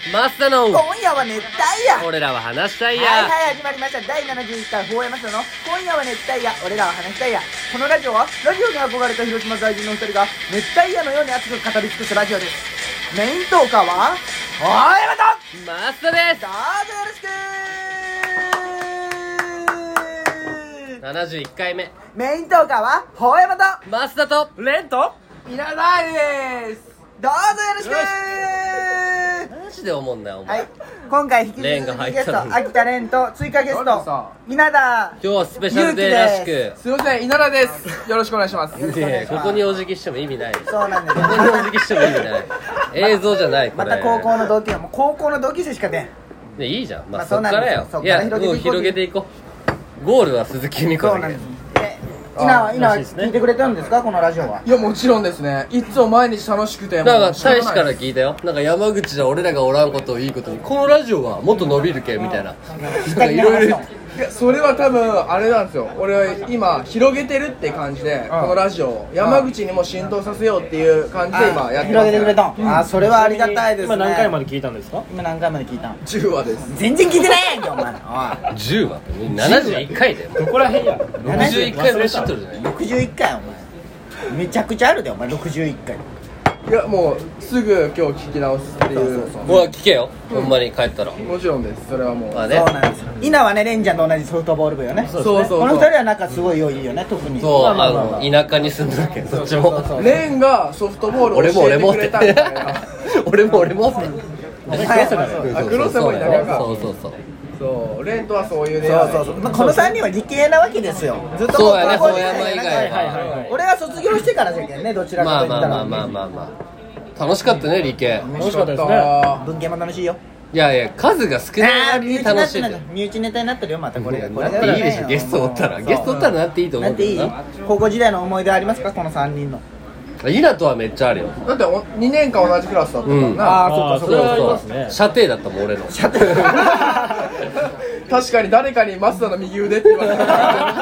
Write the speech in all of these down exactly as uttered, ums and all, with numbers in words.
マスタの今夜は熱帯夜。 俺らは話したいや。 はいはい、始まりましただいななじゅういっかいフォーエムマスタの今夜は熱帯夜、俺らは話したいや。このラジオはラジオに憧れた広島在住のふたりが熱帯夜のように熱く語り尽くすラジオです。メイントーカーはフォーエムとマスタです。 どうぞよろしく。 ななじゅういっかいめメイントーカーはフォーエムとマスタとレントいらないです。どうぞよろしく。 マジで思んなよお前、 はい、今回引きレンが続きゲスト入ったのに秋田レンと追加ゲストなんでさ稲田今日はスペシャルデーらしくすいません、稲田です。よろしくお願いします。 ねえここにお辞儀しても意味ない。 そうなんですよここにお辞儀しても意味ない。映像じゃないこれ。 また高校の同級生もう高校の同級生しか出ん。 でいいじゃん。まあ、 まあそっからよ。 そうなんですよそっいやから広げていこうもう広げていこう。ゴールは鈴木由美子だけど。 そうなんです。で稲は稲はらしいですね聞いてくれてるんですかこのラジオは。 いや、もちろんですね。いつも毎日楽しくて。 なんかもうしょう大使からがないです聞いたよ。なんか山口で俺らがおらんことをいいことにこのラジオはもっと伸びるけみたいな。なんかいろいろ。 いや、それは多分あれなんですよ。俺は今広げてるって感じで、このラジオを山口にも浸透させようっていう感じで今やってます、 広げてくれたん。あ、それはありがたいですね。 今何回まで聞いたんですか？ 今何回まで聞いたん。 じゅうわです。 全然聞いてないやんけお前。おいじゅうわってななじゅういっかいだよ。 どこら辺や？ ろくじゅういっかいの知っとるじゃない。 ろくじゅういっかいお前めちゃくちゃあるでお前ろくじゅういっかい。 いや、もうすぐ今日聞き直すっていう。 ほら聞けよ。ほんまに帰ったら。 もちろんです。それはもう。 まあねそうなんですよ。稲はねレンちゃんと同じソフトボール部よね。 そうそうそうこの二人は仲すごい良いよね特に。 そう、あままままの田舎に住んでるけどそっちも。 そうそうレンがソフトボールを俺も教え俺もっててくれたみたいな。 俺も俺もって。 はいはいそうあ黒瀬もいたねそうそうそう。 そう、レンとはそういうね。 そうそうそう、まあ、このさんにんは理系なわけですよ。ずっとそうやね高校時代そうやね以外ははいはいはい俺が卒業してからじゃけんねどちらまあかといったら。 まあまあまあまあまあ楽しかったね理系。 楽しかった。 文系も楽しいよ。 いやいや数が少ない割に楽しい。 あー身内ネタになってるよまたこれが。こなれっていいでしょゲストおったら。ゲストおったらなっていいと思うなんていいけどな。 高校時代の思い出ありますかこのさんにんの。 イナとはめっちゃあるよ。 だっておにねんかん同じクラスだったからうんな。 あああーそっかそっか。 それはありますね。 射程だったもん俺の。 確かに誰かにマスターの右腕って言われた。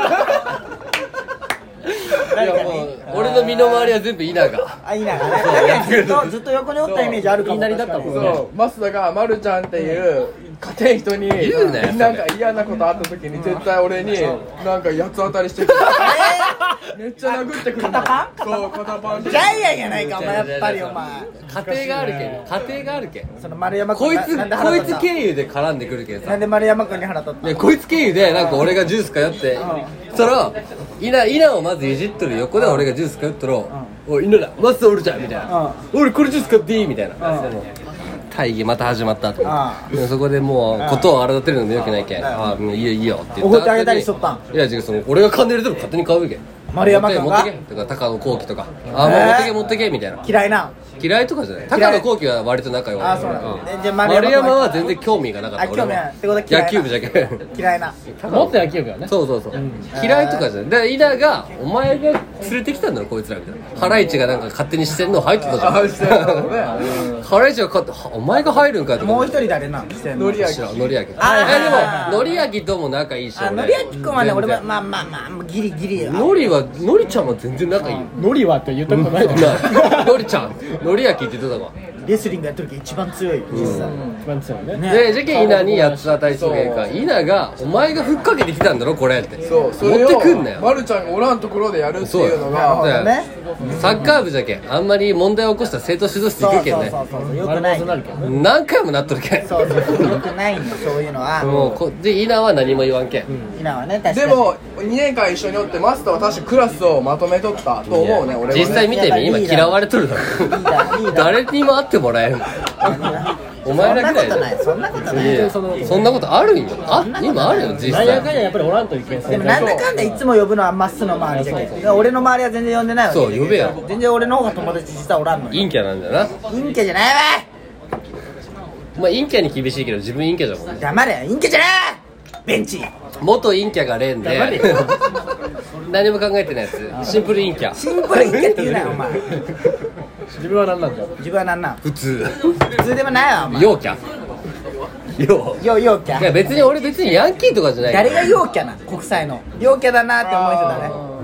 いやもう俺の身の回りは全部イナが。 あいいながね。だけどずっとずっと横におったイメージあるかも。 言いなりだったもんねそう、マスターがまるちゃんっていう家庭人に言うなよなんか嫌なことあった時に絶対俺になんか八つ当たりしてくる。めっちゃ殴ってくるの。 肩パンそう、肩パン。 ジャイアンやないかお前やっぱりお前。 家庭があるけん。家庭があるけん。 その丸山君こいつなんでこ腹立ったいつ経由で絡んでくるけんさ。 なんで丸山君に腹立ったいやこいつ経由でなんか俺がジュース通って、そらイナイナをまずいじっとる横で俺がジュース通ったら「おいイナだマスターおるじゃん」みたいな「俺これジュース買っていい?」みたいな大義また始まったと思ってでもそこでもうことを荒立てるのもよくないけん「ああもういいよいいよ」って言ったおごってあげたりしとったん。 いや違うその俺が金入れても勝手に買うけん丸山君が持ってけ持ってけとか高野幸喜とか「ああもう持ってけ持ってけ」みたいな嫌いな。 嫌いとかじゃない高野幸喜は割と仲良いあそうなのんえじゃあ丸丸山君は山は全然興味がなかったあ興味ないってことは嫌いな野球部じゃけん嫌いな。 もっと野球部はね。 そうそうそう、嫌いとかじゃないでイナが「お前が連れてきたんだろこいつら」みたいなハライチがなんか勝手に視線の入ってたじゃんあしてるのね。 ハライチが勝手はお前が入るんかってもう一人誰なんしてんの。 ノリア知らんのりあきあーえでものりあきとも仲いいしあのりあき君はね俺はまあまあまあギリギリ。 のりはのりちゃんは全然仲いいよノリはって言ったことないだろ。 なのりちゃんのりあきって言ってたわレスリングやってる時一番強い実際。 一番強いね。 ねでじゃけんイナに八つ当たりするけんかイナが「お前がふっかけてきたんだろこれ」ってそう、それ持をってくんなよまるちゃんがおらんところでやるっていうのなるほがどね。 サッカー部じゃけんあんまり問題を起こしたら生徒指導室そう行くけんねそうそうそうよく丸坊ない。 主になるけどね。 何回もなっとるけんそうそうそうよくないんだそういうのは。 もうこでイナは何も言わんけん今はね確かに。 でもにねんかん一緒におってマスターは確かクラスをまとめとったと思うね、俺はね。 実際見てみ今嫌われとるだろリーダーリーダー。 誰にも会ってもらえんお前らぐらいそんなことないそんなことないいやそんなことあるんよあ今あるよ実なんやかん際ややっぱりおらんといけん。 でもなんだかんだいつも呼ぶのはまっすーの周りじゃけん。俺の周りは全然呼んでないわけ。 そう呼べよ全然俺の方が友達実はおらんのよ。 陰キャなんだよな陰キャじゃないわまあ陰キャに厳しいけど自分陰キャだもんね黙れ陰キャじゃないベンチ元陰キャがレンで黙れよ何も考えてないやつシンプル陰キャシンプル陰キャって言うなよお前。 自分は何なんだよ。 自分はなんなん普通普通でもないわお前。 陽キャ陽よ陽キャ。 いや別に俺別にヤンキーとかじゃないから誰が陽キャな国際の陽キャだなって思う人だね。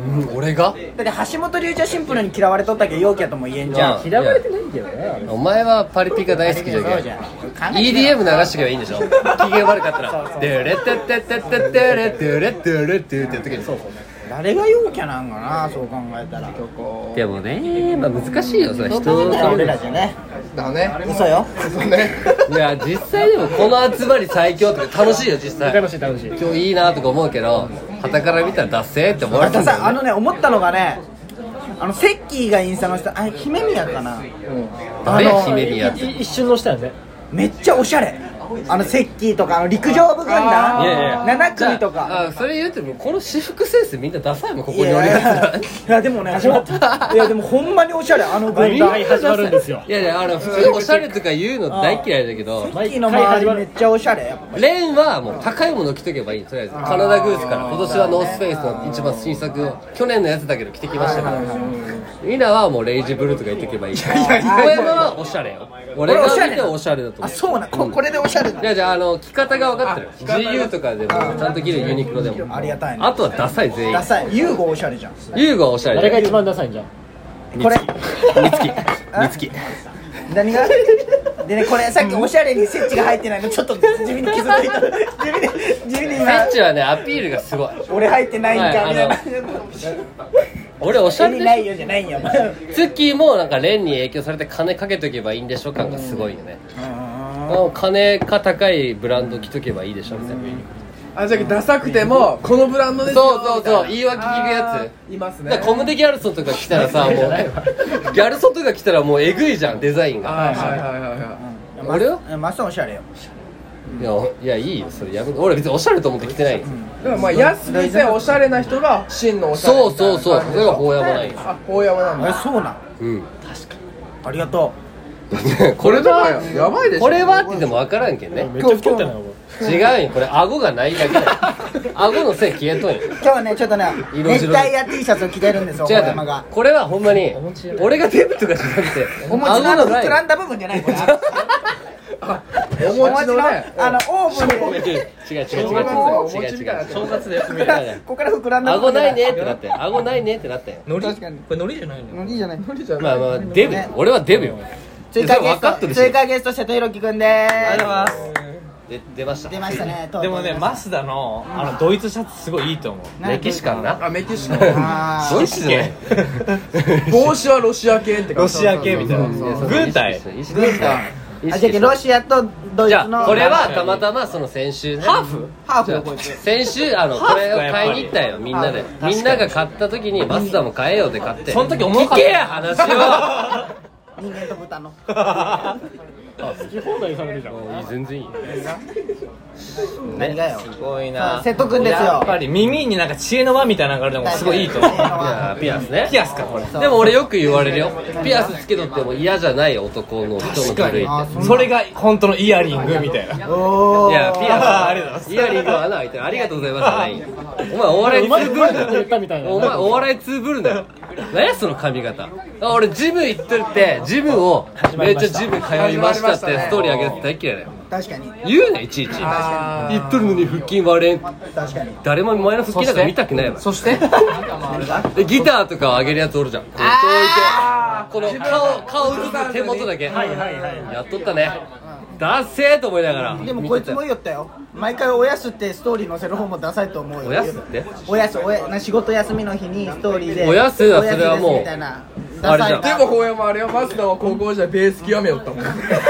うん俺がだって橋本龍一はシンプルに嫌われとったけど陽キャとも言えんじゃん。 うん嫌われてないけどね。 お前はパリピが大好きじゃそうじけゃん。 ん イーディーエム 流してけばいいんでしょ機嫌悪かったら「デレテテテテテレテレテレテ」ってやったけどそう誰が陽キャなんかな、そう考えたら。 でもねまあ難しいよそれ人それぞ俺れらじゃね。 だね嘘よ。 そうねいや実際でもこの集まり最強とか楽しいよ実際楽しい楽しい。 今日いいなとか思うけど傍から見たらダッセーって思われたあとさ、あんだよねのね、思ったのがね、あのセッキーがインスタの人、あ、姫宮かな、 誰あの姫宮ってい一瞬の下やね。 めっちゃおしゃれ。あのセッキーとか、あの陸上部軍団いやいやなな組とか。 あそれ言うてもこの私服センスみんなダサいもんここいやいにおりがやいやでもね、始まった。いやでもほんまにおしゃれ、あの軍団。 毎回始まるんですよ。 いやいやあの普通おしゃれとか言うの大嫌いだけどセッキーの周りめっちゃおしゃれ。やっぱレンはもう高いもの着とけばいいとりあえずカナダグースから今年はノースフェイスの一番新作を去年のやつだけど着てきましたからミナはもうレイジブルーとか言っとけばいい小山はおしゃれよ俺が見ておしゃれだと思あ、 うそうな、ここれでおしゃれだい。やじゃああの着方が分かってる ジーユー とかでもちゃんと着るユニクロでもありがたいねあとはダサい全員ダサい。ユーゴおしゃれじゃん。 ユーゴはおしゃれ誰が一番ダサいんじゃん。 これみつきみつき何がでね、これさっきおしゃれにセッチが入ってないのちょっと地味に気づいた。地味に地味にセ今ッチはねアピールがすごい俺入ってないんかみたいな。 はい俺おしゃれでしょ意味ないよじゃないんよ。 ツッキーもなんかレンに影響されて金かけとけばいいんでしょ感がすごいよねもう金か高いブランド着とけばいいでしょみたいなあじゃあダサくてもこのブランドですよそうそうそうみ言い訳聞くやつたいないますねだからコムデギャルソンとか来たらさもうギャルソンとか来たらもうえぐいじゃんデザインがはいはいはいはいはい俺はマスターおしゃれよ。 いやいやいいよそれやめ俺別におしゃれと思って来てないよでもまあ安くておしゃれな人が真のおしゃれそうそうそうそれが法山ないよあ法山なんえ、 だそうなん。 うんありがとこれとかはやばいでしょこれはって言っても分からんけんねめっちゃ太ってないの。 違うよこれ顎がないだけだよ顎の線消えとんよう。今日はね、ちょっとね、 色白熱帯夜 T シャツを着てるんですよ、 違う小山が。 これはほんまに俺がデブとかじゃなくてお餅のあのライン膨らんだ部分じゃないこれ。 お餅のねあのオーブンで違う違う違う違うお違う違う餅みたいな正月で休みここからここから膨らんだ部顎ない分じゃねってなって顎ないねってなったよノリ確かにこれノリじゃないのいいじゃない。 まあまあデブよ俺はデブよ追加ゲ分かっとるしスト追加ゲスト瀬戸弘樹くんでありがとうございーますで出ました出ましたね。とうとうでもねマスダのあのドイツシャツすごいいいと思うメキシカンなあメキシコあドイツじゃない帽子はロシア系って感じロシア系みたいな軍隊意識軍隊ーあじゃあけロシアとドイじゃツのあこれはたまたまその先週ねハーフハーフよこいつ。 先週あのこれを買いに行ったよみんなでみんなが買った時にマスダも買えよって買ってその時思わなかった聞けや話を人間と豚の。 好き放題されるじゃん。 全然いいよ何がよ。 すごいな瀬戸くんですよやっぱり耳になんか知恵の輪みたいなのがあるのもすごいいいと思ういやピアスねピアスかこれでも俺よく言われるよピアスつけとっても嫌じゃない男の人の部類ってそれが本当のイヤリングみたいなおー。 いやピアスありがとうございますイヤリングは穴開いてるありがとうございますじゃないよお前お笑いつぶるんだ言ったみたいな。 よお前お笑いつぶるんだよ何やその髪型あ俺ジム行っとるってジムをめっちゃジム通いましたってストーリー上げて大嫌いだよ確かに言うねいちいちあ言っとるのに腹筋割れん確かに。 誰もお前の腹筋なんか見たくないわそしてでギターとかを上げるやつおるじゃんこう置いてこの顔顔映す手元だけやっとったねダッセーと思いながらでもこいつも言ったよ。毎回おやすってストーリー載せる方もダサいと思うよ。 おやすっておやすおやな仕事休みの日にストーリーでおやすはそれはもうおやすですみたいなダサいあれじでも法山あれよマスダは高校時代ベース極めよったもん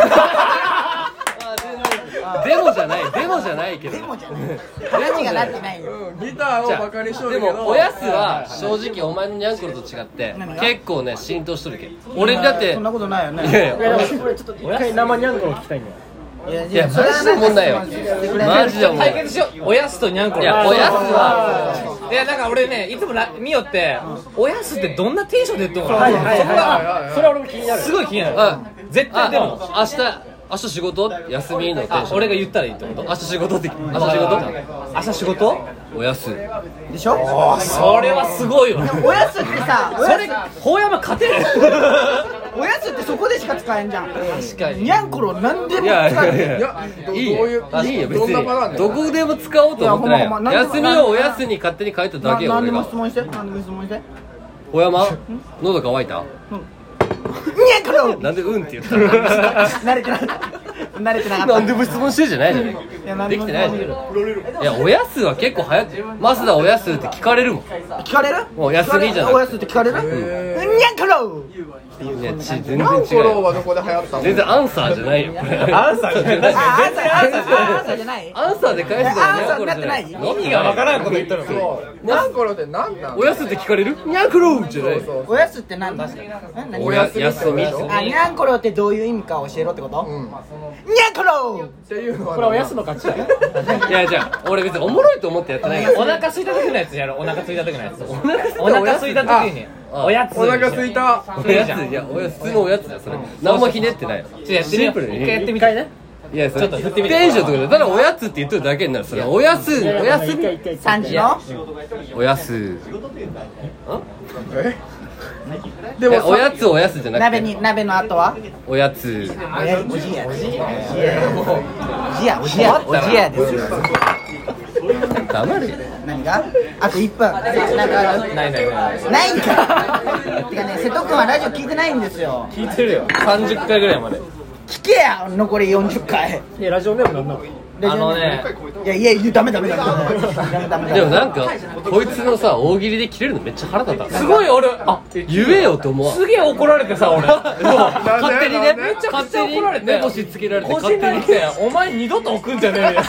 デモじゃないデモじゃないけどでもじゃない話がなってないよ。 うんギターをバカにしとでるけどもおやすは正直お前のニャンコロと違って何が結構ね浸透しとるけん俺だってそんなことないよね。 いやいやいやでもこれちょっと一回生ニャンコを聞きたいんだよ。 いやいやマジで問題よマジで問題対決しようおやすとニャンコいやおやすはいやなんか俺ねいつもら見よっておやすってどんなテンションで言ってんのかなはいはいそこがはい。それは俺も気になる。 すごい気になるあ絶対でもあ明日明日仕事休みのテンションあ俺が言ったらいいってこと明日仕事って明日仕事朝仕事おやすでしょ。 それはすごいわおやすってさ、おそれやす法山勝てるおやつってそこでしか使えんじゃん。 確かににゃんころなんでもいやい使える。 やいやいやどいいよどういういいよ別どんなパターンでにどこでも使おうと思ってないいやほんまよ。 ほんま休みをおやつに勝手に変えただけよな何でも俺が。 質問して。何でも質問して。 小山喉乾いた？ にゃんころ。 なんでうんって言ったの？ 慣れてなかった。慣れてなかった。 なんでも質問してるじゃないじゃん。 いや何ででもきてないじゃん。いやおやつは結構流行ってる。マスダおやつって聞かれるもん。 聞かれる？ もう休みじゃなくておやつって聞かれる？にゃんころ。 いやち全然ニャン違うよ。 コロはどこで流行ったの？ 全然アンサーじゃないよ。これアンサーじゃないあ、アンサー、アンサー、アンサーじゃない？ アンサーで返したらアンサーになってない？ 意意味がわからんこと言ったのにそうニャンコロって何なの？ おやつって聞かれる？ニャンコロじゃない。 おやつって何だ？え何？ おや休み。いあ、にゃんころってどういう意味か教えろってこと？ うんっにゃんころ。 ていうのはこれおやつの勝ちだよやじゃあ俺別におもろいと思ってやってないから。 お腹空いた時のやつやろお腹空いた時のやつおお腹空いた時にあおやつお腹すいたおやついやおやつ普通のおやつだよそれ。何もひねってない。 ちょっとやってみようシンプルに一回やってみたいねいやそれちょっと振ってみてテンションとかでただおやつって言ってるだけになる。それおやつおやすみ三時の？ おやすえでもでもさおやつおやつじゃなくて鍋に鍋の後は？ おやつおやおじや。おじや。おじやおじやおじやですよ。 黙れよ。 何が？あと一分。なんかある？ ないないないないんか。てかね、瀬戸君はラジオ聞いてないんですよ。 聞いてるよさんじゅっかいぐらいまで聞けや残りよんじゅっかい。 でラジオネームなんなの？ あのねいやいやいやダメダメダメダメダメダメ。 でもなんかこいつのさ大喜利で切れるのめっちゃ腹立った。 すごい俺あ言えよと思わん。 すげえ怒られてさ俺勝手にねめっちゃ勝手に怒られて目星つけられて個勝手に人来てお前二度と置くんじゃねえよ違うわ。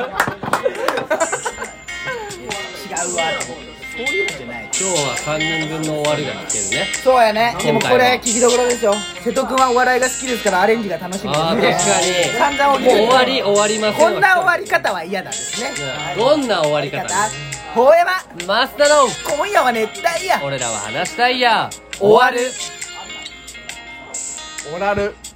そういうのじゃない。 今日はさんにんぶんの終わりが聞けるね。 そうやね。でもこ今回はれ聞きどころですよ。瀬戸君はお笑いが好きですからアレンジが楽しみですね。 あー確かに散々 もう終わり終わりません。 こんな終わり方は嫌なんですね。 どんな終わり方？ ほうやまマスターの今夜は熱帯夜。 俺らは話したいや終わる。 オラル